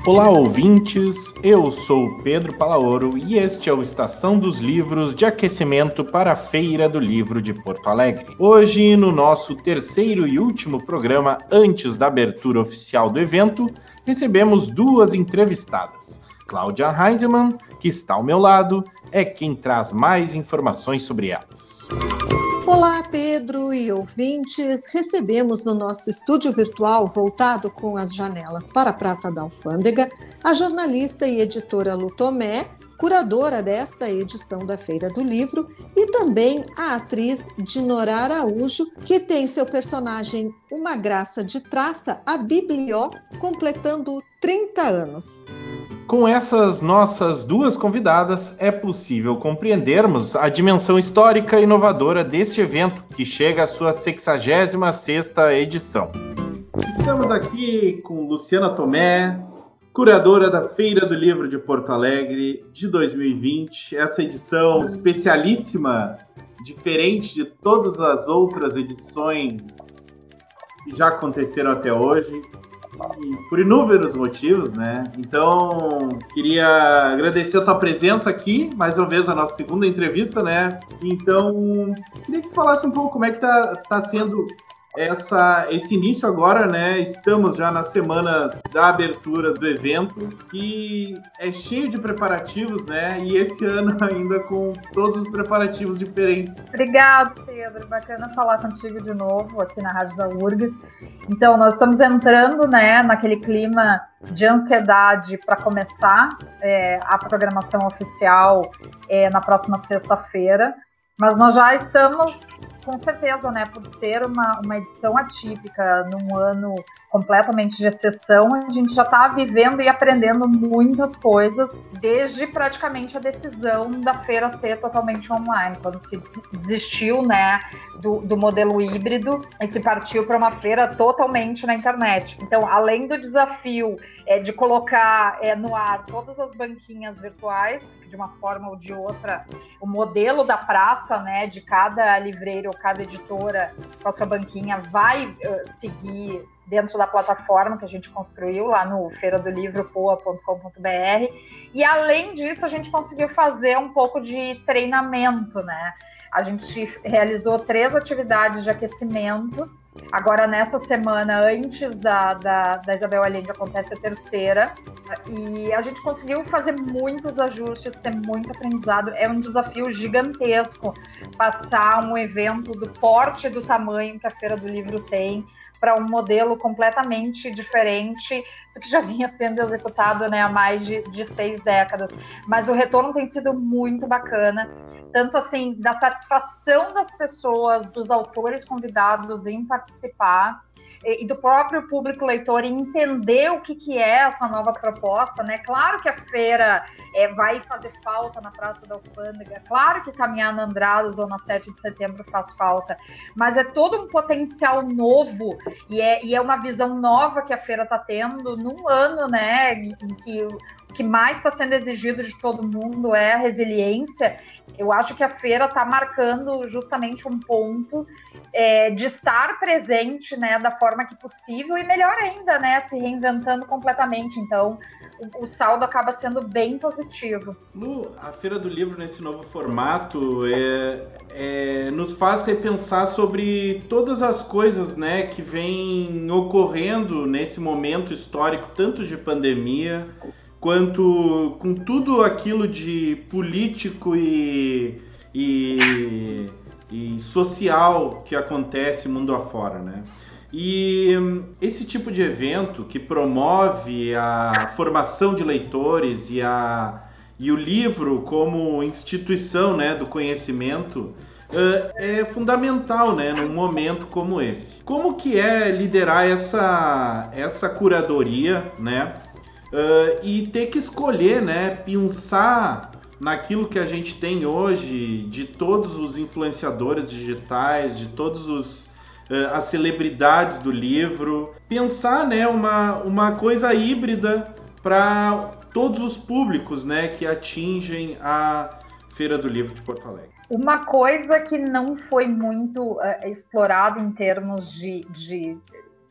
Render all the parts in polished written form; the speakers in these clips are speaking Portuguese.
Olá, ouvintes! Eu sou Pedro Palaoro e este é o Estação dos Livros de aquecimento para a Feira do Livro de Porto Alegre. Hoje, no nosso terceiro e último programa antes da abertura oficial do evento, recebemos duas entrevistadas. Cláudia Heinzelmann, que está ao meu lado, é quem traz mais informações sobre elas. Olá, Pedro e ouvintes. Recebemos no nosso estúdio virtual, voltado com as janelas para a Praça da Alfândega, a jornalista e editora Lu Tomé, curadora desta edição da Feira do Livro, e também a atriz Dinora Araújo, que tem seu personagem Uma Graça de Traça, a Biblió, completando 30 anos. Com essas nossas duas convidadas, é possível compreendermos a dimensão histórica e inovadora deste evento, que chega à sua 66ª edição. Estamos aqui com Luciana Tomé, curadora da Feira do Livro de Porto Alegre de 2020. Essa edição especialíssima, diferente de todas as outras edições que já aconteceram até hoje. Por inúmeros motivos, né? Então, queria agradecer a tua presença aqui, mais uma vez, a nossa segunda entrevista, né? Então, queria que tu falasse um pouco como é que tá sendo esse início agora, né? Estamos já na semana da abertura do evento e é cheio de preparativos, né? E esse ano ainda com todos os preparativos diferentes. Obrigado, Pedro. Bacana falar contigo de novo aqui na Rádio da URGS. Então, nós estamos entrando, né, naquele clima de ansiedade para começar a programação oficial na próxima sexta-feira. Mas nós já estamos, com certeza, né, por ser uma edição atípica, num ano completamente de exceção, a gente já está vivendo e aprendendo muitas coisas, desde praticamente a decisão da feira ser totalmente online, quando se desistiu, né, do modelo híbrido e se partiu para uma feira totalmente na internet. Então, além do desafio de colocar no ar todas as banquinhas virtuais, porque de uma forma ou de outra, o modelo da praça, né, de cada livreiro ou cada editora com a sua banquinha vai seguir dentro da plataforma que a gente construiu lá no feiradolivropoa.com.br. E além disso, a gente conseguiu fazer um pouco de treinamento, né? A gente realizou 3 atividades de aquecimento. Agora, nessa semana, antes da Isabel Allende, acontece a terceira. E a gente conseguiu fazer muitos ajustes, ter muito aprendizado. É um desafio gigantesco passar um evento do porte e do tamanho que a Feira do Livro tem para um modelo completamente diferente do que já vinha sendo executado, né, há mais de 6 décadas. Mas o retorno tem sido muito bacana, tanto assim, da satisfação das pessoas, dos autores convidados em participar, e do próprio público leitor em entender o que é essa nova proposta, né? Claro que a feira vai fazer falta na Praça da Alfândega, claro que caminhar na Andradas ou na 7 de setembro faz falta, mas é todo um potencial novo e é uma visão nova que a feira está tendo num ano, né, em que o que mais está sendo exigido de todo mundo é a resiliência. Eu acho que a feira está marcando justamente um ponto de estar presente, né, da forma que possível e melhor ainda, né, se reinventando completamente. Então, o saldo acaba sendo bem positivo. Lu, a Feira do Livro nesse novo formato nos faz repensar sobre todas as coisas, né, que vêm ocorrendo nesse momento histórico, tanto de pandemia quanto com tudo aquilo de político e social que acontece mundo afora, né? E esse tipo de evento que promove a formação de leitores e o livro como instituição, né, do conhecimento é fundamental, né, num momento como esse. Como que é liderar essa curadoria, né? E ter que escolher, né, pensar naquilo que a gente tem hoje, de todos os influenciadores digitais, de todos as celebridades do livro, pensar, né, uma coisa híbrida para todos os públicos, né, que atingem a Feira do Livro de Porto Alegre. Uma coisa que não foi muito explorada em termos de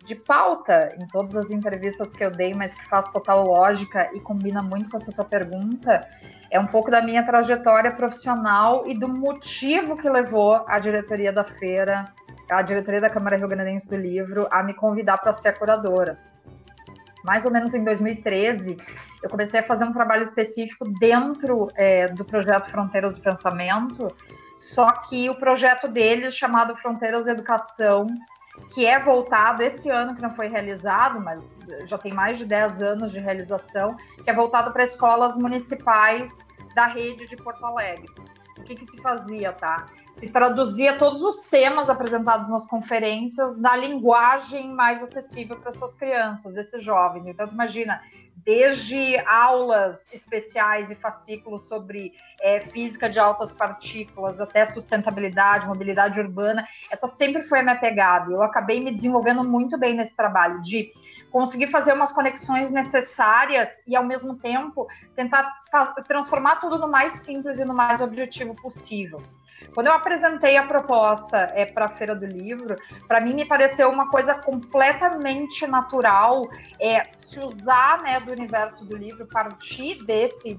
de pauta em todas as entrevistas que eu dei, mas que faz total lógica e combina muito com essa tua pergunta, é um pouco da minha trajetória profissional e do motivo que levou a diretoria da feira, a diretoria da Câmara Rio-Grandense do Livro, a me convidar para ser a curadora. Mais ou menos em 2013, eu comecei a fazer um trabalho específico dentro do projeto Fronteiras do Pensamento, só que o projeto deles, chamado Fronteiras Educação, que é voltado esse ano, que não foi realizado, mas já tem mais de 10 anos de realização, que é voltado para escolas municipais da rede de Porto Alegre. O que se fazia, tá? Se traduzia todos os temas apresentados nas conferências na linguagem mais acessível para essas crianças, esses jovens. Então, imagina, desde aulas especiais e fascículos sobre física de altas partículas, até sustentabilidade, mobilidade urbana, essa sempre foi a minha pegada. Eu acabei me desenvolvendo muito bem nesse trabalho, de conseguir fazer umas conexões necessárias e, ao mesmo tempo, tentar transformar tudo no mais simples e no mais objetivo possível. Quando eu apresentei a proposta para a Feira do Livro, para mim me pareceu uma coisa completamente natural se usar, né, do universo do livro, partir desse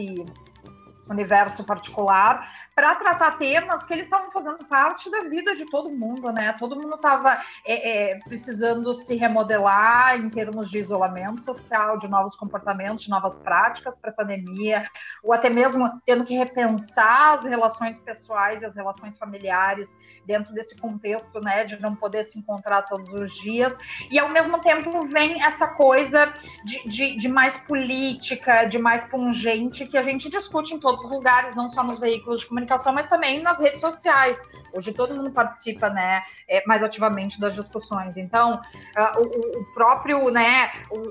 universo particular, para tratar temas que eles estavam fazendo parte da vida de todo mundo, né? Todo mundo estava precisando se remodelar em termos de isolamento social, de novos comportamentos, de novas práticas para a pandemia, ou até mesmo tendo que repensar as relações pessoais e as relações familiares dentro desse contexto, né, de não poder se encontrar todos os dias. E, ao mesmo tempo, vem essa coisa de mais política, de mais pungente, que a gente discute em todos os lugares, não só nos veículos de comunicação, mas também nas redes sociais. Hoje todo mundo participa, né, mais ativamente das discussões. Então, o próprio, né,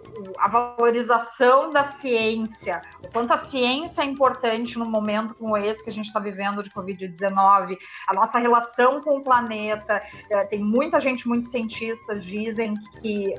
a valorização da ciência, o quanto a ciência é importante num momento como esse que a gente está vivendo de Covid-19, a nossa relação com o planeta, tem muita gente, muitos cientistas dizem que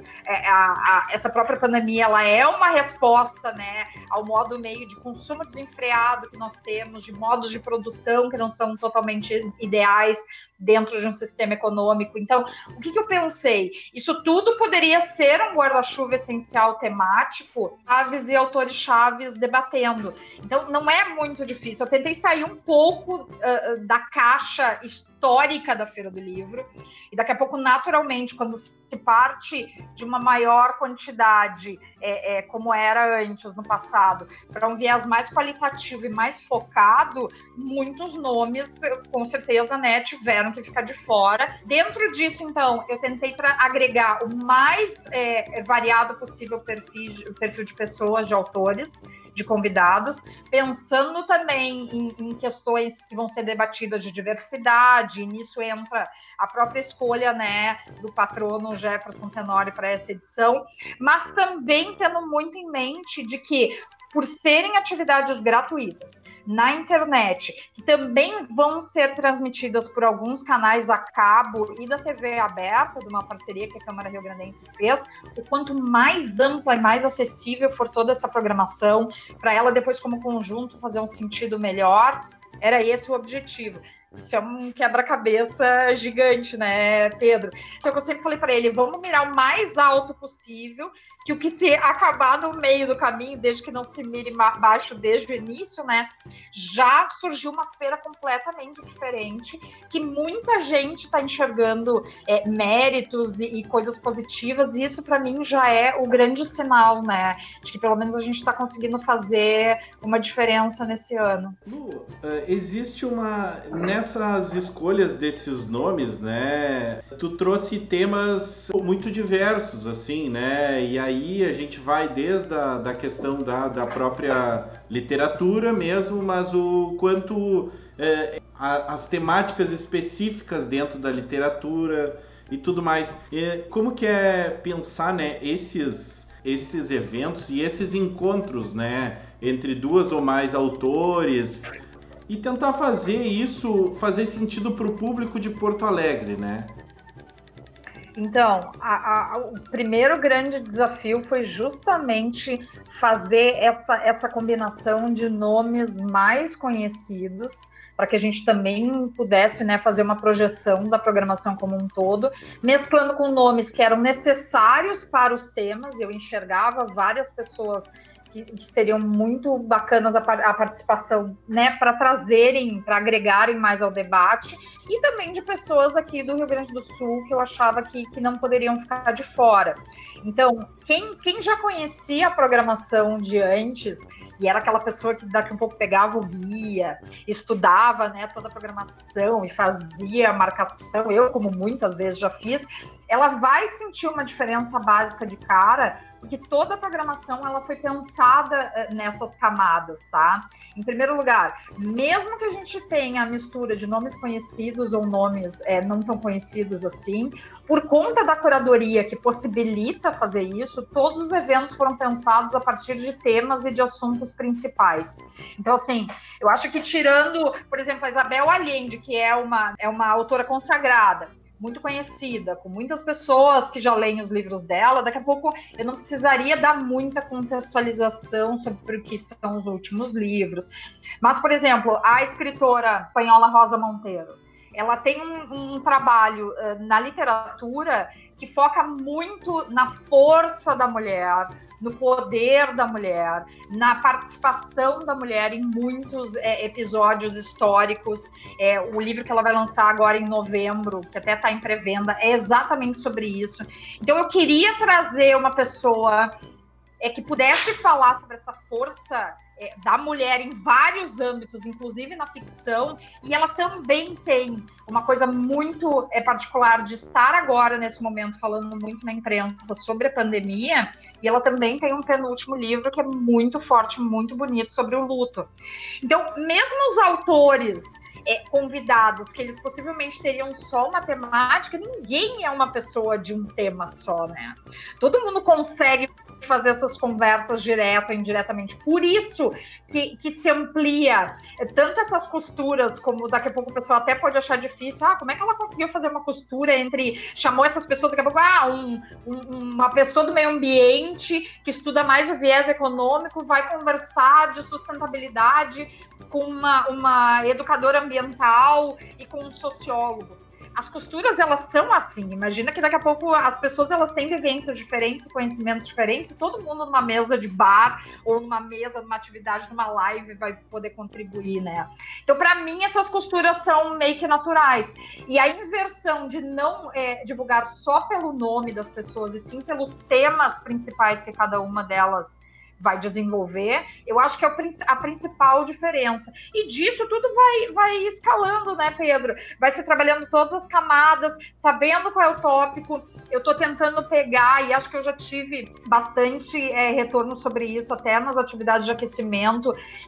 essa própria pandemia, ela é uma resposta, né, ao modo meio de consumo desenfreado que nós temos, de modos de produção que não são totalmente ideais dentro de um sistema econômico. Então, o que eu pensei? Isso tudo poderia ser um guarda-chuva essencial temático, chaves e autores chaves debatendo. Então, não é muito difícil. Eu tentei sair um pouco da caixa histórica da Feira do Livro, e daqui a pouco, naturalmente, quando se parte de uma maior quantidade, como era antes, no passado, para um viés mais qualitativo e mais focado, muitos nomes, com certeza, né, tiveram que ficar de fora. Dentro disso, então, eu tentei agregar o mais variado possível o perfil de pessoas, de autores, de convidados, pensando também em questões que vão ser debatidas de diversidade, e nisso entra a própria escolha, né, do patrono Jefferson Tenório para essa edição, mas também tendo muito em mente de que, por serem atividades gratuitas na internet, que também vão ser transmitidas por alguns canais a cabo e da TV aberta, de uma parceria que a Câmara Rio-Grandense fez, o quanto mais ampla e mais acessível for toda essa programação, para ela depois, como conjunto, fazer um sentido melhor, era esse o objetivo. Isso é um quebra-cabeça gigante, né, Pedro? Então, eu sempre falei para ele, vamos mirar o mais alto possível, que o que se acabar no meio do caminho, desde que não se mire baixo desde o início, né, já surgiu uma feira completamente diferente, que muita gente está enxergando méritos e coisas positivas, e isso, para mim, já é o grande sinal, né, de que pelo menos a gente está conseguindo fazer uma diferença nesse ano. Lu, existe nessas escolhas desses nomes, né, tu trouxe temas muito diversos, assim, né, e aí a gente vai desde a questão da própria literatura mesmo, mas o quanto as temáticas específicas dentro da literatura e tudo mais. Como que é pensar, né, esses eventos e esses encontros, né, entre duas ou mais autores, e tentar fazer sentido para o público de Porto Alegre, né? Então, o primeiro grande desafio foi justamente fazer essa combinação de nomes mais conhecidos, para que a gente também pudesse, né, fazer uma projeção da programação como um todo, mesclando com nomes que eram necessários para os temas. Eu enxergava várias pessoas que seriam muito bacanas a participação, né, para trazerem, para agregarem mais ao debate, e também de pessoas aqui do Rio Grande do Sul que eu achava que não poderiam ficar de fora. Então, quem já conhecia a programação de antes, e era aquela pessoa que daqui a pouco pegava o guia, estudava, né, toda a programação e fazia a marcação, eu, como muitas vezes já fiz, ela vai sentir uma diferença básica de cara, porque toda a programação ela foi pensada nessas camadas, tá? Em primeiro lugar, mesmo que a gente tenha a mistura de nomes conhecidos ou nomes não tão conhecidos assim, por conta da curadoria que possibilita fazer isso, todos os eventos foram pensados a partir de temas e de assuntos principais. Então, assim, eu acho que tirando, por exemplo, a Isabel Allende, que é uma autora consagrada, muito conhecida, com muitas pessoas que já leem os livros dela, daqui a pouco eu não precisaria dar muita contextualização sobre o que são os últimos livros. Mas, por exemplo, a escritora espanhola Rosa Monteiro, ela tem um trabalho na literatura que foca muito na força da mulher, no poder da mulher, na participação da mulher em muitos episódios históricos. O livro que ela vai lançar agora em novembro, que até está em pré-venda, é exatamente sobre isso. Então eu queria trazer uma pessoa que pudesse falar sobre essa força da mulher em vários âmbitos, inclusive na ficção, e ela também tem uma coisa muito particular de estar agora, nesse momento, falando muito na imprensa sobre a pandemia, e ela também tem um penúltimo livro que é muito forte, muito bonito, sobre o luto. Então, mesmo os autores convidados, que eles possivelmente teriam só uma temática, ninguém é uma pessoa de um tema só, né? Todo mundo consegue fazer essas conversas direto ou indiretamente. Por isso que se amplia tanto essas costuras, como daqui a pouco o pessoal até pode achar difícil. Como é que ela conseguiu fazer uma costura entre... Chamou essas pessoas, daqui a pouco, uma pessoa do meio ambiente que estuda mais o viés econômico, vai conversar de sustentabilidade com uma educadora ambiental e com um sociólogo. As costuras, elas são assim. Imagina que daqui a pouco as pessoas, elas têm vivências diferentes, conhecimentos diferentes, e todo mundo numa mesa de bar, ou numa mesa, numa atividade, numa live, vai poder contribuir, né? Então, para mim, essas costuras são meio que naturais. E a inversão de não divulgar só pelo nome das pessoas, e sim pelos temas principais que cada uma delas vai desenvolver, eu acho que é a principal diferença. E disso tudo vai escalando, né, Pedro? Vai se trabalhando todas as camadas, sabendo qual é o tópico. Eu estou tentando pegar, e acho que eu já tive bastante retorno sobre isso, até nas atividades de aquecimento,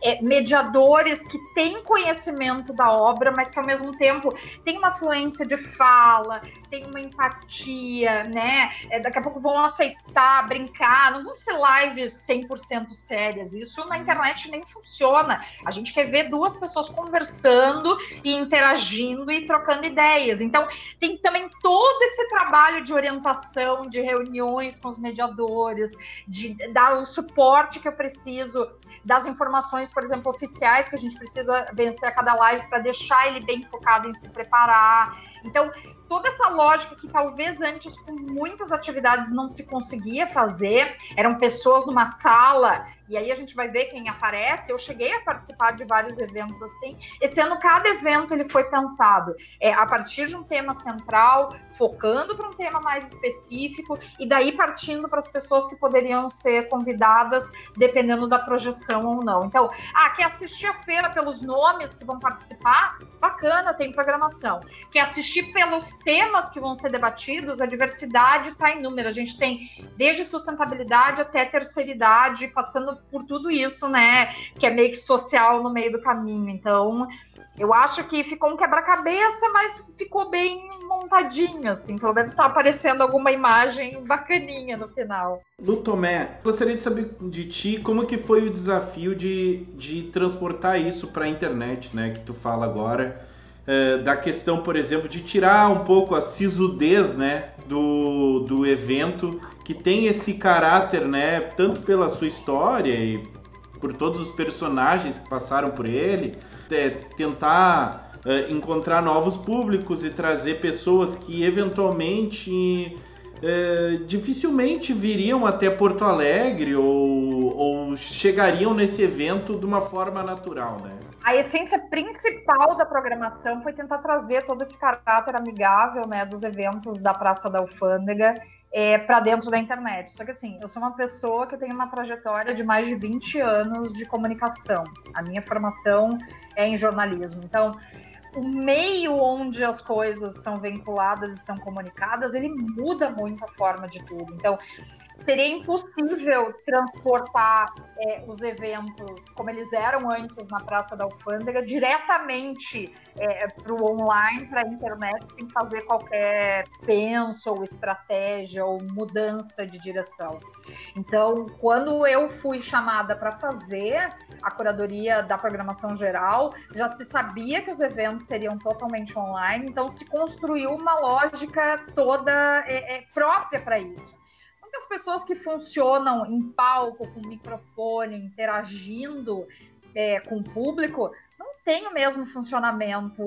mediadores que têm conhecimento da obra, mas que, ao mesmo tempo, têm uma fluência de fala, têm uma empatia, né? Daqui a pouco vão aceitar, brincar, não vão ser lives 100% sérias. Isso na internet nem funciona. A gente quer ver duas pessoas conversando e interagindo e trocando ideias. Então, tem também todo esse trabalho de orientação, de reuniões com os mediadores, de dar o suporte que eu preciso, das informações, por exemplo, oficiais, que a gente precisa vencer a cada live para deixar ele bem focado em se preparar. Então, toda essa lógica que talvez antes com muitas atividades não se conseguia fazer, eram pessoas numa sala, e aí a gente vai ver quem aparece. Eu cheguei a participar de vários eventos assim. Esse ano, cada evento ele foi pensado a partir de um tema central, focando para um tema mais específico, e daí partindo para as pessoas que poderiam ser convidadas, dependendo da projeção ou não. Então, quer assistir a feira pelos nomes que vão participar? Bacana, tem programação. Quer assistir pelos temas que vão ser debatidos? A diversidade está em número. A gente tem desde sustentabilidade até terceira idade, passando por tudo isso, né, que é meio que social no meio do caminho. Então, eu acho que ficou um quebra-cabeça, mas ficou bem montadinho, assim. Pelo menos está aparecendo alguma imagem bacaninha no final. Lu Tomé, gostaria de saber de ti como que foi o desafio de transportar isso para a internet, né, que tu fala agora. da questão, por exemplo, de tirar um pouco a sisudez, né, do evento, que tem esse caráter, né, tanto pela sua história e por todos os personagens que passaram por ele, tentar encontrar novos públicos e trazer pessoas que eventualmente dificilmente viriam até Porto Alegre ou chegariam nesse evento de uma forma natural, né? A essência principal da programação foi tentar trazer todo esse caráter amigável, né, dos eventos da Praça da Alfândega para dentro da internet. Só que assim, eu sou uma pessoa que tem uma trajetória de mais de 20 anos de comunicação. A minha formação é em jornalismo. Então, o meio onde as coisas são vinculadas e são comunicadas, ele muda muito a forma de tudo. Então, seria impossível transportar os eventos como eles eram antes na Praça da Alfândega diretamente para o online, para a internet, sem fazer qualquer penso ou estratégia ou mudança de direção. Então, quando eu fui chamada para fazer a curadoria da programação geral, já se sabia que os eventos seriam totalmente online, então se construiu uma lógica toda própria para isso. As pessoas que funcionam em palco, com microfone, interagindo com o público, não tem o mesmo funcionamento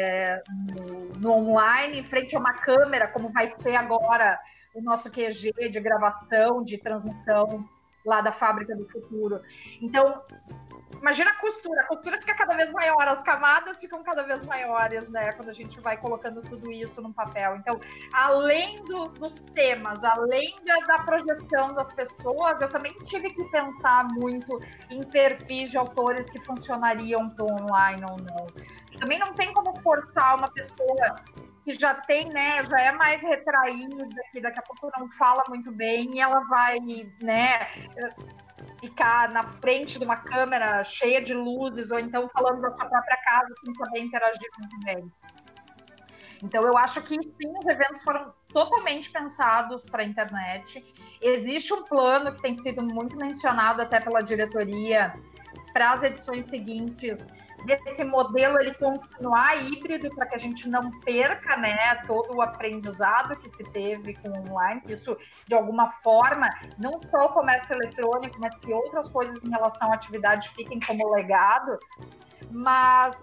no online, em frente a uma câmera, como vai ser agora o nosso QG de gravação, de transmissão lá da Fábrica do Futuro. Então, imagina a costura fica cada vez maior, as camadas ficam cada vez maiores, né, quando a gente vai colocando tudo isso no papel. Então, além dos temas, além da projeção das pessoas, eu também tive que pensar muito em perfis de autores que funcionariam para o online ou não. Também não tem como forçar uma pessoa que já tem, né, já é mais retraída, que daqui a pouco não fala muito bem, e ela vai, né, ficar na frente de uma câmera cheia de luzes, ou então falando da sua própria casa sem saber interagir muito bem. Então, eu acho que sim, os eventos foram totalmente pensados para a internet. Existe um plano que tem sido muito mencionado até pela diretoria para as edições seguintes, desse modelo ele continuar híbrido para que a gente não perca, né, todo o aprendizado que se teve com o online, que isso, de alguma forma, não só o comércio eletrônico, mas que outras coisas em relação à atividade fiquem como legado, mas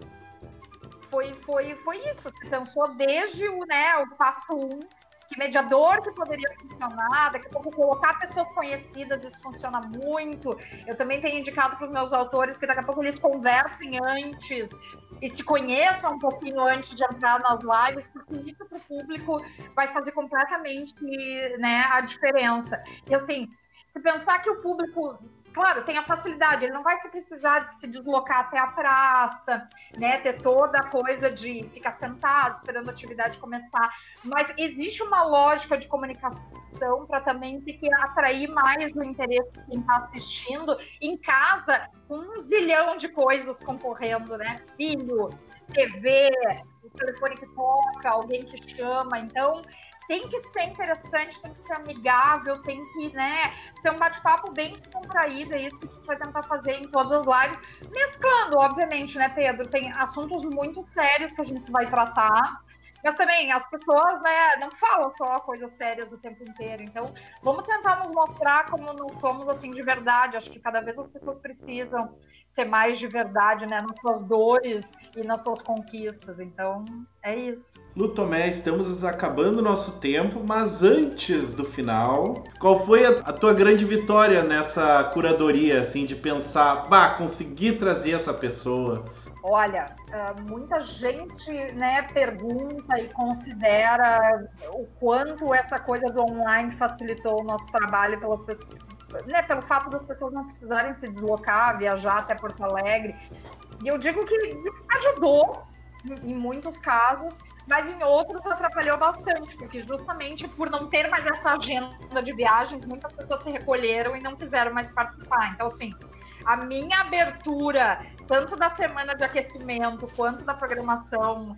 foi isso, se pensou desde o passo 1, que mediador que poderia funcionar, daqui a pouco colocar pessoas conhecidas, isso funciona muito. Eu também tenho indicado para os meus autores que daqui a pouco eles conversem antes e se conheçam um pouquinho antes de entrar nas lives, porque isso para o público vai fazer completamente, né, a diferença. E assim, se pensar que o público, claro, tem a facilidade, ele não vai se precisar de se deslocar até a praça, né, ter toda a coisa de ficar sentado esperando a atividade começar, mas existe uma lógica de comunicação para também ter que atrair mais o interesse de quem está assistindo em casa, com um zilhão de coisas concorrendo, né, filho, TV, o telefone que toca, alguém que chama, então tem que ser interessante, tem que ser amigável, tem que, né, ser um bate-papo bem descontraído, é isso que a gente vai tentar fazer em todas as lives, mesclando, obviamente, né, Pedro, tem assuntos muito sérios que a gente vai tratar, mas também as pessoas, né, não falam só coisas sérias o tempo inteiro, então vamos tentar nos mostrar como não somos assim de verdade. Acho que cada vez as pessoas precisam ser mais de verdade, né, nas suas dores e nas suas conquistas, então é isso. Lu Tomé, estamos acabando o nosso tempo, mas antes do final, qual foi a tua grande vitória nessa curadoria, assim, de pensar, consegui trazer essa pessoa? Olha, muita gente, né, pergunta e considera o quanto essa coisa do online facilitou o nosso trabalho pelas pessoas, né, pelo fato das pessoas não precisarem se deslocar, viajar até Porto Alegre. E eu digo que ajudou em muitos casos, mas em outros atrapalhou bastante, porque justamente por não ter mais essa agenda de viagens, muitas pessoas se recolheram e não quiseram mais participar. Então, assim, a minha abertura, tanto da semana de aquecimento, quanto da programação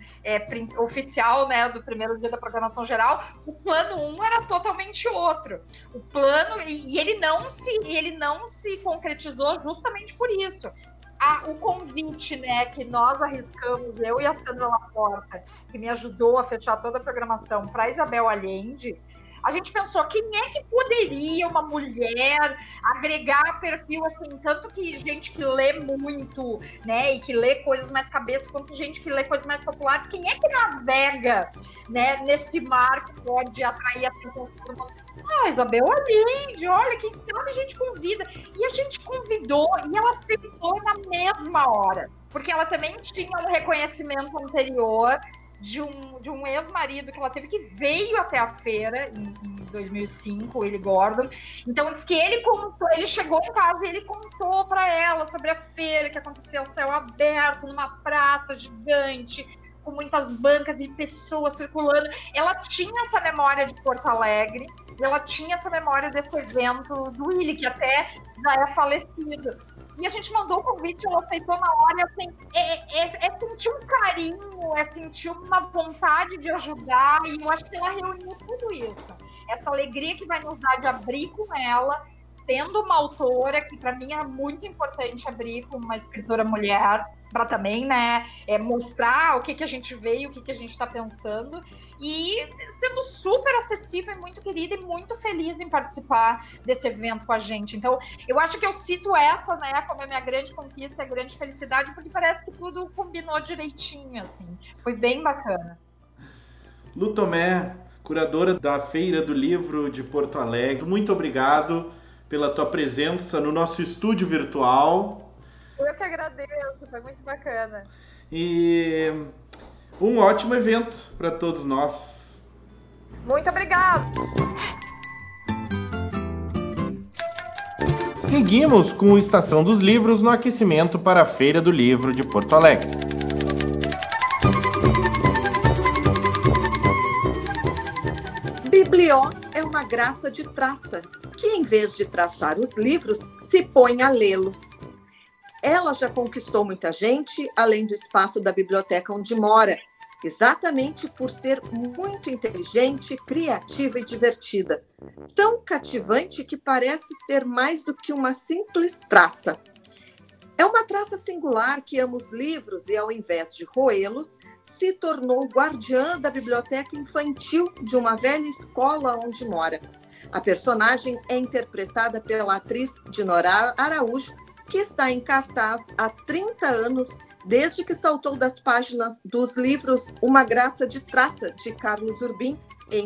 oficial, né, do primeiro dia da programação geral, o plano 1 era totalmente outro. O plano, e ele não se concretizou justamente por isso. o convite, né, que nós arriscamos, eu e a Sandra Laporta, que me ajudou a fechar toda a programação, para Isabel Allende, a gente pensou, quem é que poderia uma mulher agregar perfil, assim, tanto que gente que lê muito, né, e que lê coisas mais cabeça, quanto gente que lê coisas mais populares, quem é que navega, né, nesse mar que pode atrair a atenção de todo mundo? Isabel Allende, olha, quem sabe a gente convida. E a gente convidou e ela aceitou na mesma hora, porque ela também tinha um reconhecimento anterior de um ex-marido que ela teve, que veio até a feira em 2005, o Willie Gordon. Então diz que ele chegou em casa e ele contou para ela sobre a feira que aconteceu ao céu aberto, numa praça gigante, com muitas bancas e pessoas circulando. Ela tinha essa memória de Porto Alegre, ela tinha essa memória desse evento do Willie, que até já é falecido. E a gente mandou o convite, ela aceitou na hora, e assim, é sentir um carinho, é sentir uma vontade de ajudar, e eu acho que ela reuniu tudo isso. Essa alegria que vai nos dar de abrir com ela, tendo uma autora, que para mim é muito importante abrir com uma escritora mulher, para também, né, mostrar o que a gente vê e o que a gente está pensando, e sendo super acessível e muito querida e muito feliz em participar desse evento com a gente. Então, eu acho que eu cito essa, né, como a minha grande conquista, a grande felicidade, porque parece que tudo combinou direitinho, assim. Foi bem bacana. Lu Tomé, curadora da Feira do Livro de Porto Alegre, muito obrigado pela tua presença no nosso estúdio virtual. Eu que agradeço, foi muito bacana. E um ótimo evento para todos nós. Muito obrigada. Seguimos com o Estação dos Livros no aquecimento para a Feira do Livro de Porto Alegre. Biblió é uma graça de traça, que em vez de traçar os livros, se põe a lê-los. Ela já conquistou muita gente, além do espaço da biblioteca onde mora, exatamente por ser muito inteligente, criativa e divertida. Tão cativante que parece ser mais do que uma simples traça. É uma traça singular que ama os livros e, ao invés de roê-los, se tornou guardiã da biblioteca infantil de uma velha escola onde mora. A personagem é interpretada pela atriz Dinora Araújo, que está em cartaz há 30 anos, desde que saltou das páginas dos livros Uma Graça de Traça, de Carlos Urbim, em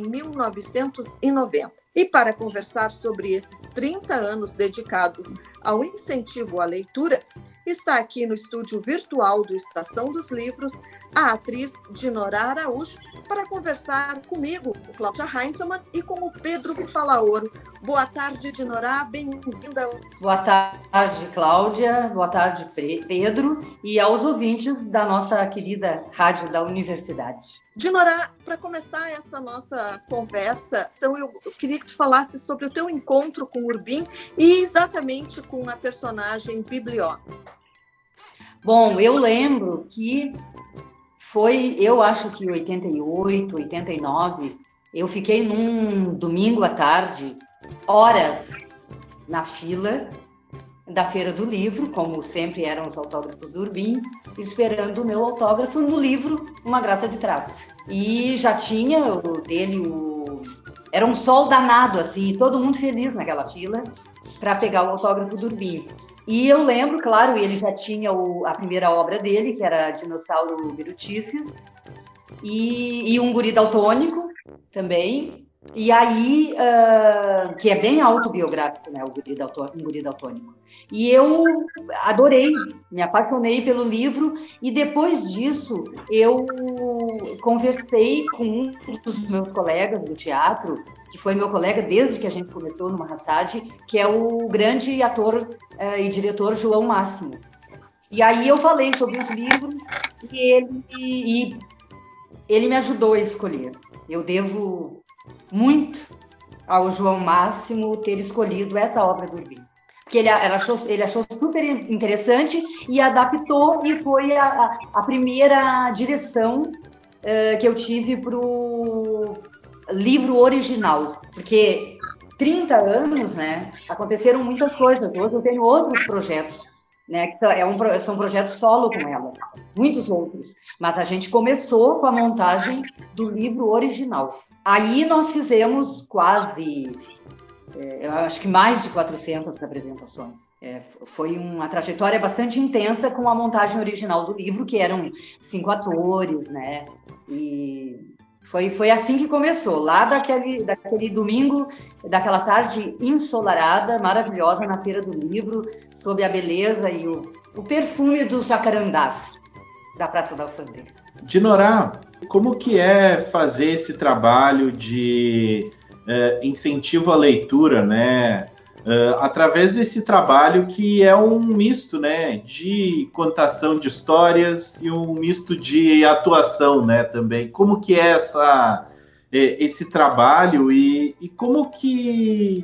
1990. E para conversar sobre esses 30 anos dedicados ao incentivo à leitura, está aqui no estúdio virtual do Estação dos Livros a atriz Dinora Araújo, para conversar comigo, o Cláudia Heinzelmann, e com o Pedro Palaoro. Boa tarde, Dinora, bem-vinda. Boa tarde, Cláudia, boa tarde, Pedro, e aos ouvintes da nossa querida rádio da universidade. Dinora, para começar essa nossa conversa, então eu queria que tu falasse sobre o teu encontro com o Urbim e exatamente com a personagem Biblió. Bom, eu lembro que foi, eu acho que 88, 89, eu fiquei num domingo à tarde, horas na fila da Feira do Livro, como sempre eram os autógrafos do Urbim, esperando o meu autógrafo no livro Uma Graça de Traça. E já tinha o dele, era um sol danado, assim, todo mundo feliz naquela fila para pegar o autógrafo do Urbim. E eu lembro, claro, ele já tinha a primeira obra dele, que era Dinossauro Birutices, e um Guri Daltônico também. E aí, que é bem autobiográfico, né, um Guri Daltônico. E eu adorei, me apaixonei pelo livro, e depois disso eu conversei com um dos meus colegas do teatro, que foi meu colega desde que a gente começou no Marrassade, que é o grande ator e diretor João Máximo. E aí eu falei sobre os livros e ele me ajudou a escolher. Eu devo muito ao João Máximo ter escolhido essa obra do Urbim. Porque ele achou super interessante e adaptou, e foi a primeira direção que eu tive para o livro original. Porque 30 anos, né, aconteceram muitas coisas. Hoje eu tenho outros projetos né, que são projetos solo com ela, muitos outros, mas a gente começou com a montagem do livro original. Aí nós fizemos quase, eu acho que mais de 400 apresentações. Foi uma trajetória bastante intensa com a montagem original do livro, que eram 5 atores, né, e foi assim que começou, lá daquele domingo, daquela tarde ensolarada, maravilhosa, na Feira do Livro, sob a beleza e o perfume dos jacarandás da Praça da Alfândega. Dinorá, como que é fazer esse trabalho de incentivo à leitura, né? Através desse trabalho que é um misto, né, de contação de histórias e um misto de atuação, né, também. Como que é esse trabalho e como que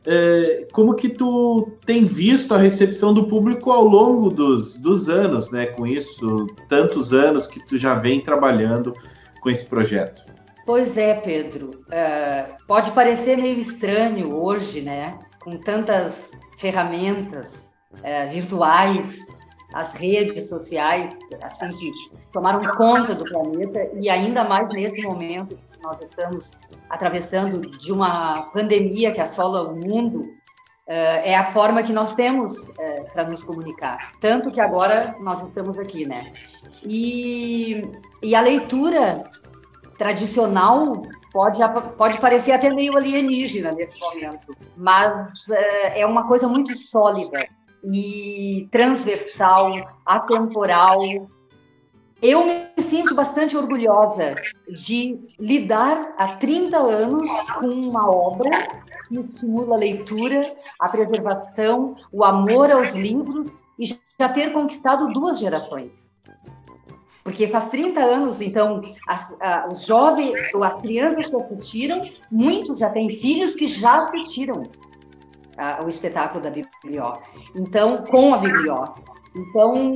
tu tem visto a recepção do público ao longo dos anos, né, com isso, tantos anos que tu já vem trabalhando com esse projeto? Pois é, Pedro. Pode parecer meio estranho hoje, né, com tantas ferramentas virtuais, as redes sociais, assim, que tomaram conta do planeta, e ainda mais nesse momento que nós estamos atravessando de uma pandemia que assola o mundo, é a forma que nós temos para nos comunicar. Tanto que agora nós estamos aqui, né? E a leitura tradicional pode parecer até meio alienígena nesse momento, mas é uma coisa muito sólida e transversal, atemporal. Eu me sinto bastante orgulhosa de lidar há 30 anos com uma obra que estimula a leitura, a preservação, o amor aos livros e já ter conquistado 2 gerações. Porque faz 30 anos, então, os jovens, as crianças que assistiram, muitos já têm filhos que já assistiram o espetáculo da Biblió. Então, com a Biblió. Então,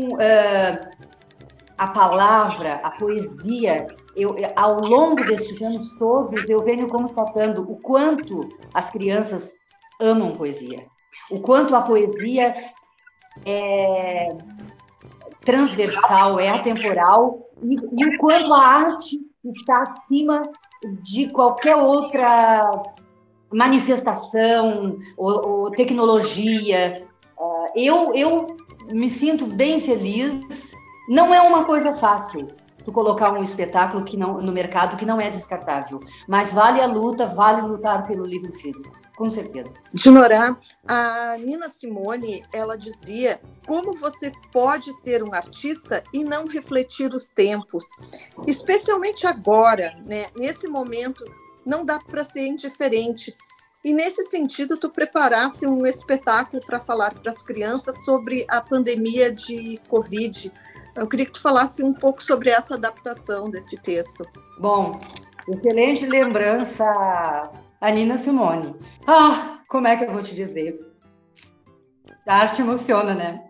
a palavra, a poesia, ao longo destes anos todos, eu venho constatando o quanto as crianças amam poesia. O quanto a poesia é transversal, é atemporal, e o quanto a arte está acima de qualquer outra manifestação ou tecnologia. Eu me sinto bem feliz. Não é uma coisa fácil tu colocar um espetáculo no mercado que não é descartável, mas vale a luta, vale lutar pelo livro físico, com certeza. Dinorá, a Nina Simone, ela dizia: como você pode ser um artista e não refletir os tempos? Especialmente agora, né? Nesse momento, não dá para ser indiferente. E nesse sentido, tu preparasse um espetáculo para falar para as crianças sobre a pandemia de Covid. Eu queria que tu falasse um pouco sobre essa adaptação desse texto. Bom, excelente lembrança, a Nina Simone. Como é que eu vou te dizer? A arte emociona, né?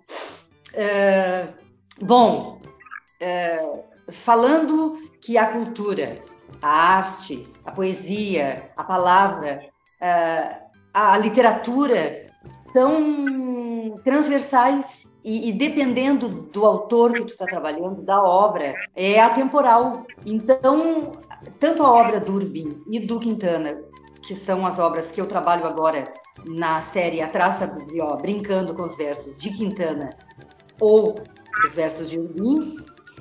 Falando que a cultura, a arte, a poesia, a palavra, a literatura são transversais e dependendo do autor que tu está trabalhando, da obra, é atemporal. Então, tanto a obra do Urbim e do Quintana, que são as obras que eu trabalho agora na série A Traça Biblió, brincando com os versos de Quintana ou os versos de Urbim,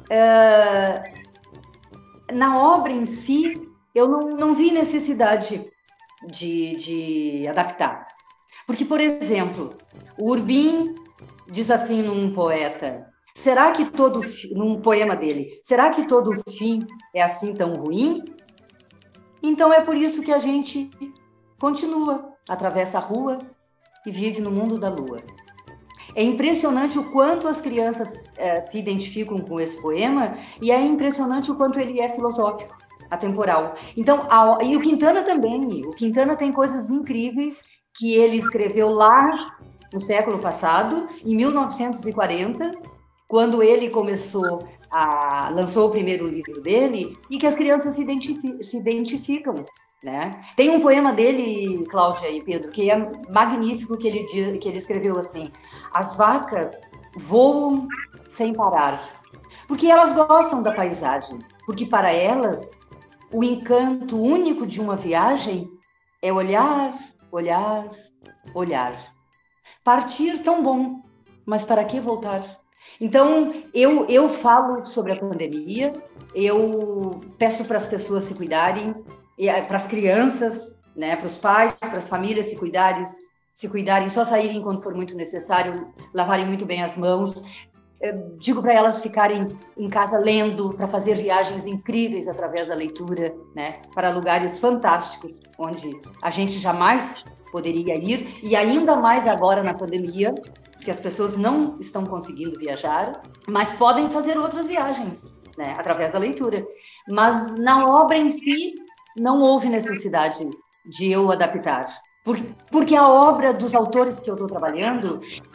na obra em si, eu não vi necessidade de adaptar. Porque, por exemplo, o Urbim diz assim num poeta, num poema dele, será que todo fim é assim tão ruim? Então é por isso que a gente continua, atravessa a rua e vive no mundo da lua. É impressionante o quanto as crianças se identificam com esse poema e é impressionante o quanto ele é filosófico, atemporal. Então, e o Quintana também. O Quintana tem coisas incríveis que ele escreveu lá no século passado, em 1940, quando ele lançou o primeiro livro dele, e que as crianças se identificam. né? Tem um poema dele, Cláudia e Pedro, que é magnífico, que ele escreveu assim: as vacas voam sem parar, porque elas gostam da paisagem, porque para elas o encanto único de uma viagem é olhar, olhar, olhar. Partir tão bom, mas para que voltar? Então, eu falo sobre a pandemia, eu peço para as pessoas se cuidarem, para as crianças, né, para os pais, para as famílias se cuidarem, só saírem quando for muito necessário, lavarem muito bem as mãos. Eu digo para elas ficarem em casa lendo, para fazer viagens incríveis através da leitura, né, para lugares fantásticos, onde a gente jamais poderia ir, e ainda mais agora na pandemia, porque as pessoas não estão conseguindo viajar, mas podem fazer outras viagens, né, através da leitura. Mas na obra em si, não houve necessidade de eu adaptar. Porque a obra dos autores que eu estou trabalhando,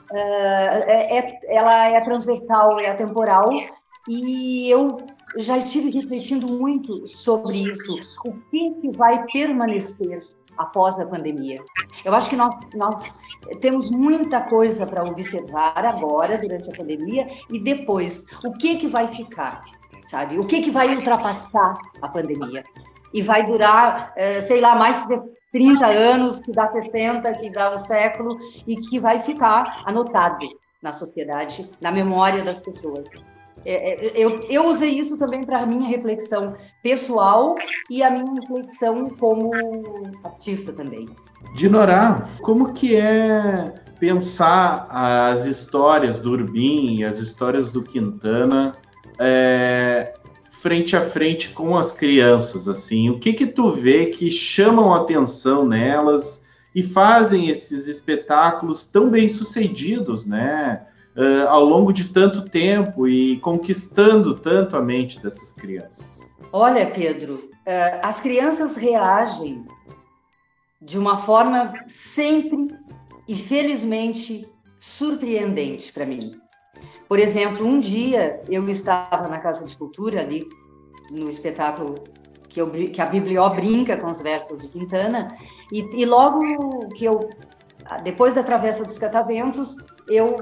ela é transversal, é atemporal, e eu já estive refletindo muito sobre isso. O que vai permanecer após a pandemia? Eu acho que nós temos muita coisa para observar agora, durante a pandemia, e depois, o que vai ficar, sabe? O que vai ultrapassar a pandemia? E vai durar, sei lá, mais de 30 anos, que dá 60, que dá um século, e que vai ficar anotado na sociedade, na memória das pessoas. Eu usei isso também para a minha reflexão pessoal e a minha reflexão como artista também. Dinorá, como que é pensar as histórias do Urbim e as histórias do Quintana frente a frente com as crianças, assim? O que tu vê que chamam a atenção nelas e fazem esses espetáculos tão bem sucedidos, né? Ao longo de tanto tempo e conquistando tanto a mente dessas crianças? Olha, Pedro, as crianças reagem de uma forma sempre e felizmente surpreendente para mim. Por exemplo, um dia eu estava na Casa de Cultura, ali no espetáculo que a Biblió brinca com os versos de Quintana, e logo que depois da Travessa dos Cataventos, eu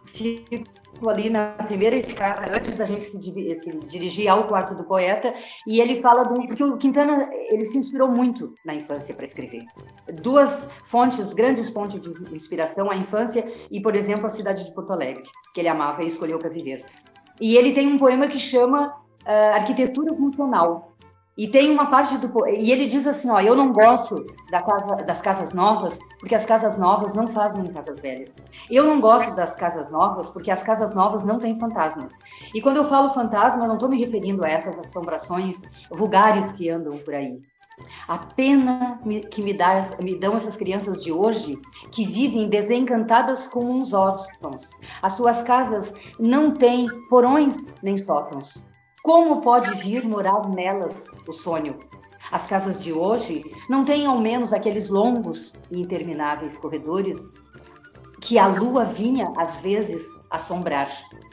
fico ali na primeira escada, antes da gente se dirigir ao quarto do poeta, e ele fala porque o Quintana, ele se inspirou muito na infância para escrever. Duas grandes fontes de inspiração, a infância e, por exemplo, a cidade de Porto Alegre, que ele amava e escolheu para viver. E ele tem um poema que chama Arquitetura Funcional. E tem uma parte e ele diz assim, ó: eu não gosto das casas novas, porque as casas novas não fazem casas velhas. Eu não gosto das casas novas, porque as casas novas não têm fantasmas. E quando eu falo fantasma, eu não estou me referindo a essas assombrações vulgares que andam por aí. A pena que me dão essas crianças de hoje, que vivem desencantadas como uns órfãos. As suas casas não têm porões nem sótãos. Como pode vir morar nelas o sonho? As casas de hoje não têm ao menos aqueles longos e intermináveis corredores que a lua vinha, às vezes, assombrar.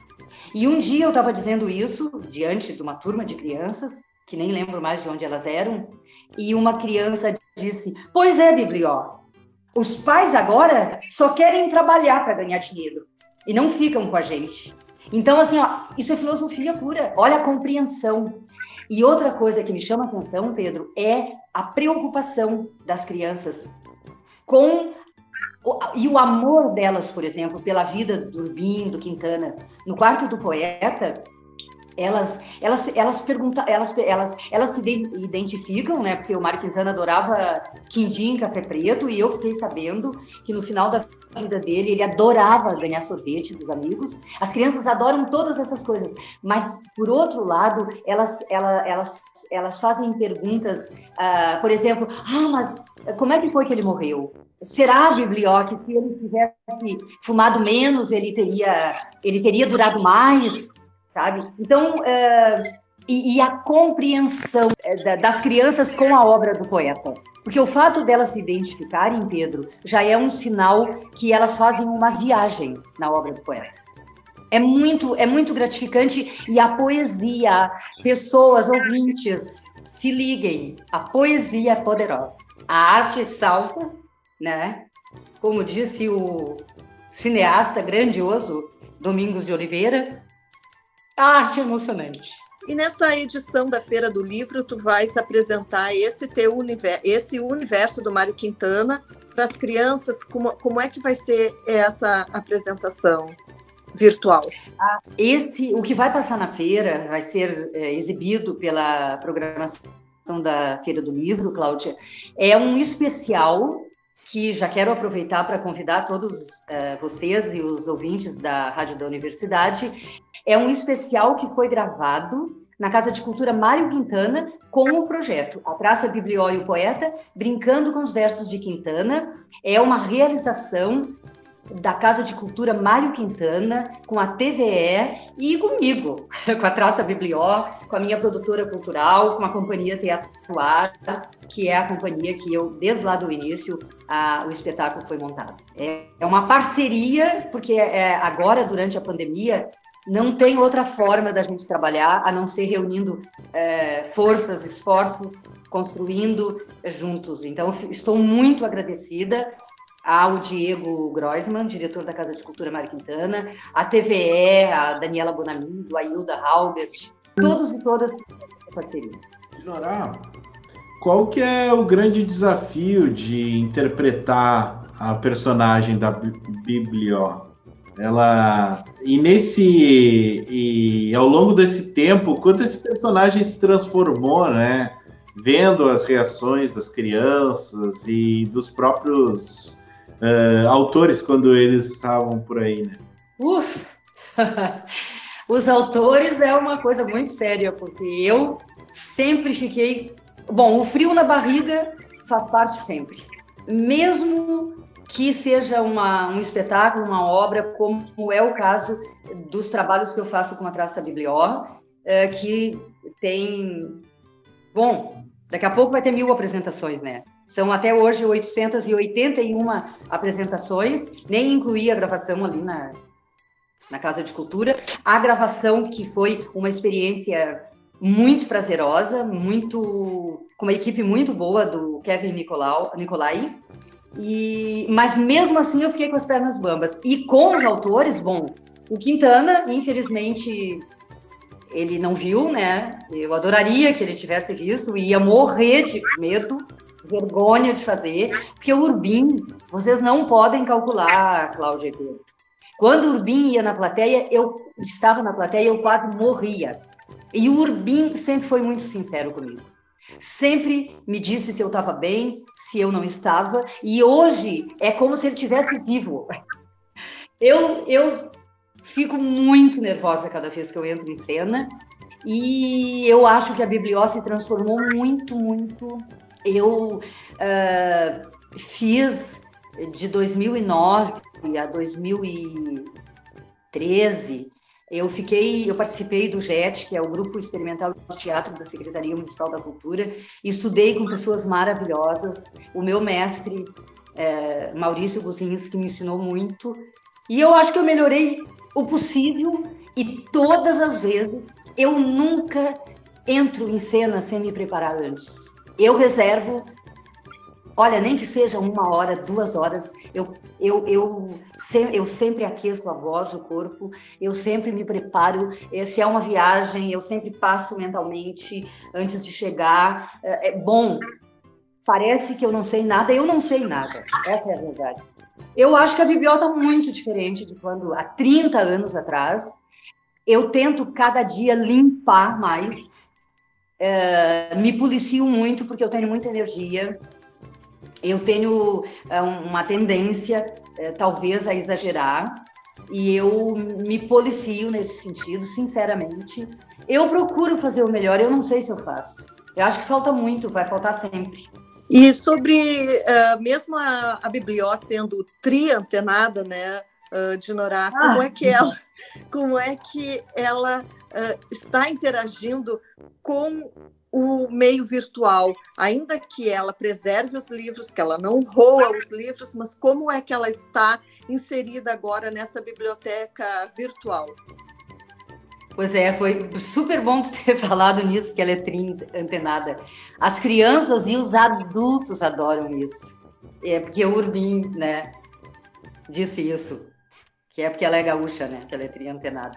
E um dia eu estava dizendo isso diante de uma turma de crianças, que nem lembro mais de onde elas eram, e uma criança disse: pois é, Biblió, os pais agora só querem trabalhar para ganhar dinheiro e não ficam com a gente. Então, assim, ó, isso é filosofia pura. Olha a compreensão. E outra coisa que me chama a atenção, Pedro, é a preocupação das crianças e o amor delas, por exemplo, pela vida do Urbim, do Quintana. No quarto do poeta, elas se identificam, né? Porque o Mário Quintana adorava quindim, café preto, e eu fiquei sabendo que no final da vida dele, ele adorava ganhar sorvete dos amigos. As crianças adoram todas essas coisas, mas, por outro lado, elas fazem perguntas, por exemplo, mas como é que foi que ele morreu? Será, Biblió, que se ele tivesse fumado menos, ele teria durado mais? Sabe? Então, e a compreensão das crianças com a obra do poeta. Porque o fato delas se identificarem, Pedro, já é um sinal que elas fazem uma viagem na obra do poeta. É muito gratificante, e a poesia, pessoas, ouvintes, se liguem, a poesia é poderosa, a arte salva, né? Como disse o cineasta grandioso Domingos de Oliveira, a arte é emocionante. E nessa edição da Feira do Livro, tu vais apresentar esse universo do Mário Quintana para as crianças. Como é que vai ser essa apresentação virtual? O que vai passar na feira vai ser exibido pela programação da Feira do Livro, Cláudia. É um especial que já quero aproveitar para convidar todos vocês e os ouvintes da Rádio da Universidade. É um especial que foi gravado na Casa de Cultura Mário Quintana com o projeto A Praça Biblió e o Poeta, Brincando com os Versos de Quintana. É uma realização da Casa de Cultura Mário Quintana, com a TVE e comigo, com a Praça Biblió, com a minha produtora cultural, com a Companhia Teatruar, que é a companhia que desde lá do início, o espetáculo foi montado. É uma parceria, porque agora, durante a pandemia, não tem outra forma da gente trabalhar a não ser reunindo forças, esforços, construindo juntos. Então, estou muito agradecida ao Diego Groisman, diretor da Casa de Cultura Mário Quintana, a TVE, a Daniela Bonamigo, a Hilda Halbert, todos e todas a parceria. Dinorá, qual que é o grande desafio de interpretar a personagem da Biblió? E ao longo desse tempo, quanto esse personagem se transformou, né? Vendo as reações das crianças e dos próprios autores quando eles estavam por aí, né? Os autores é uma coisa muito séria, porque eu sempre fiquei... Bom, o frio na barriga faz parte sempre. Mesmo que seja um espetáculo, uma obra, como é o caso dos trabalhos que eu faço com a Praça Biblió, que tem... Bom, daqui a pouco vai ter 1000 apresentações, né? São até hoje 881 apresentações, nem incluí a gravação ali na Casa de Cultura. A gravação que foi uma experiência muito prazerosa, com uma equipe muito boa do Kevin Nicolai. Mas mesmo assim eu fiquei com as pernas bambas. E com os autores, bom, o Quintana, infelizmente, ele não viu, né? Eu adoraria que ele tivesse visto, ia morrer de medo, vergonha de fazer, porque o Urbim, vocês não podem calcular, Cláudia e Pedro. Quando o Urbim ia na plateia, eu estava na plateia, eu quase morria. E o Urbim sempre foi muito sincero comigo. Sempre me disse se eu estava bem, se eu não estava, e hoje é como se ele estivesse vivo. Eu fico muito nervosa cada vez que eu entro em cena, e eu acho que a Biblió se transformou muito, muito. Eu fiz de 2009 a 2013, eu participei do GET, que é o Grupo Experimental de Teatro da Secretaria Municipal da Cultura, estudei com pessoas maravilhosas, o meu mestre, Maurício Guzins, que me ensinou muito, e eu acho que eu melhorei o possível, e todas as vezes eu nunca entro em cena sem me preparar antes. Eu reservo, olha, nem que seja 1 hora, 2 horas, eu sempre aqueço a voz, o corpo, eu sempre me preparo. Se é uma viagem, eu sempre passo mentalmente antes de chegar. Bom, parece que eu não sei nada, eu não sei nada, essa é a verdade. Eu acho que a Biblió está muito diferente de quando, há 30 anos atrás, eu tento cada dia limpar mais, me policio muito porque eu tenho muita energia, eu tenho uma tendência, talvez, a exagerar, e eu me policio nesse sentido, sinceramente. Eu procuro fazer o melhor, eu não sei se eu faço. Eu acho que falta muito, vai faltar sempre. E sobre, mesmo a Biblió sendo triantenada, né, Dinorá, como é que ela está interagindo com o meio virtual, ainda que ela preserve os livros, que ela não roa os livros, mas como é que ela está inserida agora nessa biblioteca virtual? Pois é, foi super bom tu ter falado nisso, que ela é tri-antenada. As crianças e os adultos adoram isso. É porque o Urbim, né, disse isso, que é porque ela é gaúcha, né, que ela é tri-antenada.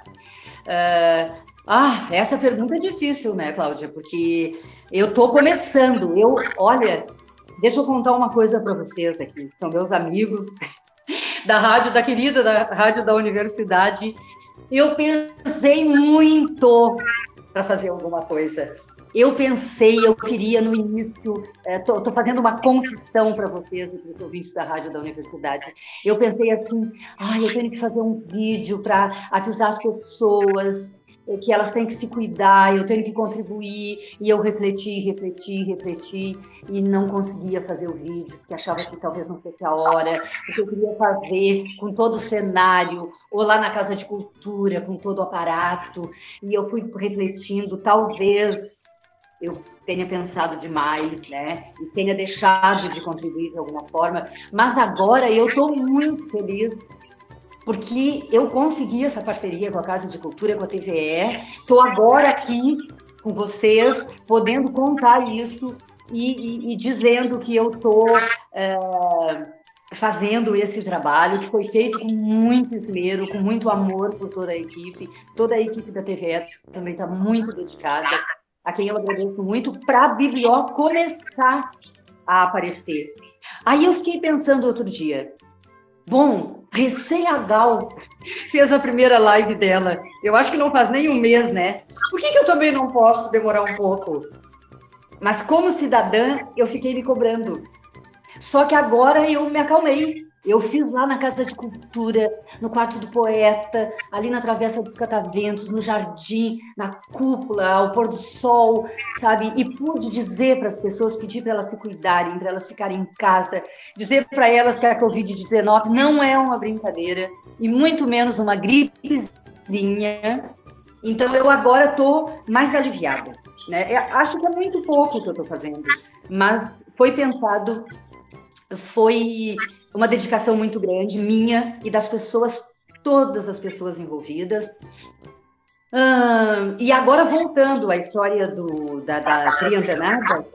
Essa pergunta é difícil, né, Cláudia, porque eu tô começando. Olha, deixa eu contar uma coisa para vocês aqui, são meus amigos da rádio, da querida da rádio da universidade. Eu pensei muito para fazer alguma coisa. Eu queria no início, tô fazendo uma confissão para vocês, para os ouvintes da rádio da universidade. Eu pensei assim, eu tenho que fazer um vídeo para avisar as pessoas que elas têm que se cuidar, eu tenho que contribuir, e eu refleti, e não conseguia fazer o vídeo, porque achava que talvez não fosse a hora, porque eu queria fazer com todo o cenário, ou lá na Casa de Cultura, com todo o aparato, e eu fui refletindo, talvez eu tenha pensado demais, né, e tenha deixado de contribuir de alguma forma, mas agora eu estou muito feliz, porque eu consegui essa parceria com a Casa de Cultura, com a TVE, estou agora aqui com vocês, podendo contar isso e dizendo que eu estou fazendo esse trabalho, que foi feito com muito esmero, com muito amor por toda a equipe da TVE também está muito dedicada, a quem eu agradeço muito, para a Biblió começar a aparecer. Aí eu fiquei pensando outro dia, bom, a Gal fez a primeira live dela. Eu acho que não faz nem um mês, né? Por que eu também não posso demorar um pouco? Mas como cidadã, eu fiquei me cobrando. Só que agora eu me acalmei. Eu fiz lá na Casa de Cultura, no Quarto do Poeta, ali na Travessa dos Cataventos, no jardim, na cúpula, ao pôr do sol, sabe? E pude dizer para as pessoas, pedir para elas se cuidarem, para elas ficarem em casa, dizer para elas que a Covid-19 não é uma brincadeira, e muito menos uma gripezinha. Então, eu agora estou mais aliviada, né? Eu acho que é muito pouco o que eu estou fazendo, mas foi pensado, foi uma dedicação muito grande, minha e das pessoas, todas as pessoas envolvidas. E agora, voltando à história da Tri-Antenada,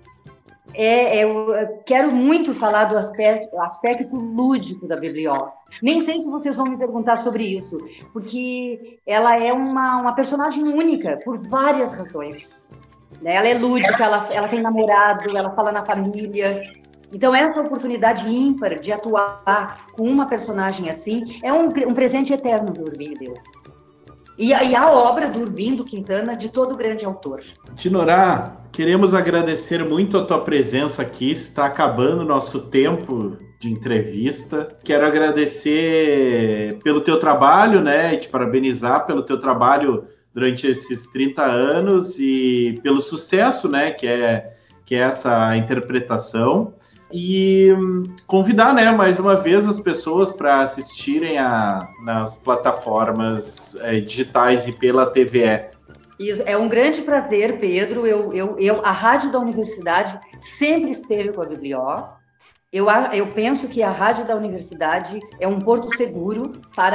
eu quero muito falar do aspecto lúdico da Biblió. Nem sei se vocês vão me perguntar sobre isso, porque ela é uma personagem única, por várias razões. Ela é lúdica, ela tem namorado, ela fala na família. Então, essa oportunidade ímpar de atuar com uma personagem assim é um presente eterno do Urbim deu. E a obra do Urbim, do Quintana, de todo grande autor. Dinorá, queremos agradecer muito a tua presença aqui. Está acabando o nosso tempo de entrevista. Quero agradecer pelo teu trabalho, né? E te parabenizar pelo teu trabalho durante esses 30 anos e pelo sucesso, né? Que é essa interpretação. E convidar, né, mais uma vez as pessoas para assistirem nas plataformas digitais e pela TVE. Isso, é um grande prazer, Pedro. A Rádio da Universidade sempre esteve com a Biblió. Eu penso que a Rádio da Universidade é um porto seguro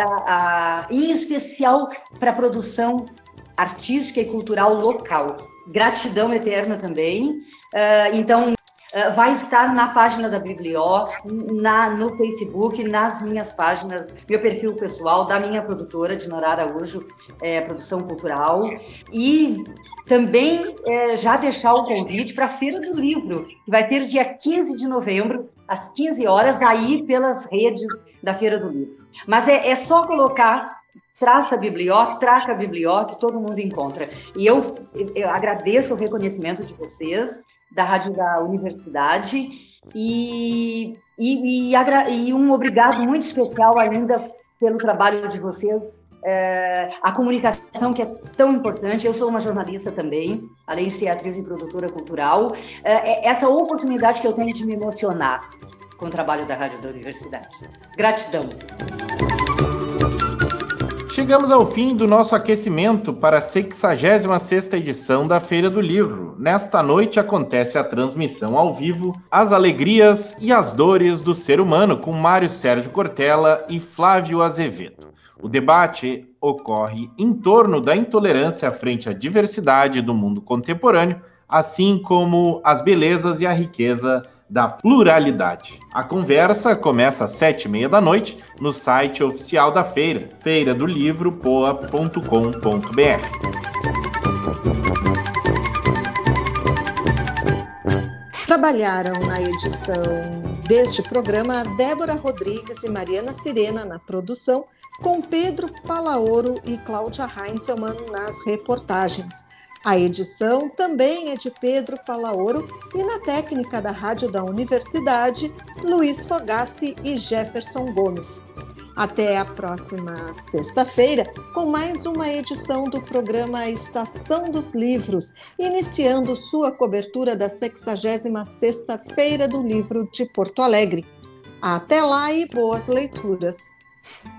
em especial para a produção artística e cultural local. Gratidão eterna também. Então, vai estar na página da Biblió, no Facebook, nas minhas páginas, meu perfil pessoal, da minha produtora, Dinorá Araújo, Produção Cultural. E também já deixar o convite para a Feira do Livro, que vai ser dia 15 de novembro, às 15 horas, aí pelas redes da Feira do Livro. Mas é só colocar... Traça a Biblió, que todo mundo encontra. E eu agradeço o reconhecimento de vocês, da Rádio da Universidade, e um obrigado muito especial ainda pelo trabalho de vocês, a comunicação que é tão importante. Eu sou uma jornalista também, além de ser atriz e produtora cultural. Essa oportunidade que eu tenho de me emocionar com o trabalho da Rádio da Universidade. Gratidão. Chegamos ao fim do nosso aquecimento para a 66ª edição da Feira do Livro. Nesta noite acontece a transmissão ao vivo As Alegrias e as Dores do Ser Humano, com Mário Sérgio Cortella e Flávio Azevedo. O debate ocorre em torno da intolerância frente à diversidade do mundo contemporâneo, assim como as belezas e a riqueza da pluralidade. A conversa começa às 7h30 da noite no site oficial da feira, feiradolivropoa.com.br. Trabalharam na edição deste programa Débora Rodrigues e Mariana Sirena na produção, com Pedro Palaoro e Cláudia Heinzelmann nas reportagens. A edição também é de Pedro Palaoro e na técnica da Rádio da Universidade, Luiz Fogassi e Jefferson Gomes. Até a próxima sexta-feira, com mais uma edição do programa Estação dos Livros, iniciando sua cobertura da 66ª Feira do Livro de Porto Alegre. Até lá e boas leituras!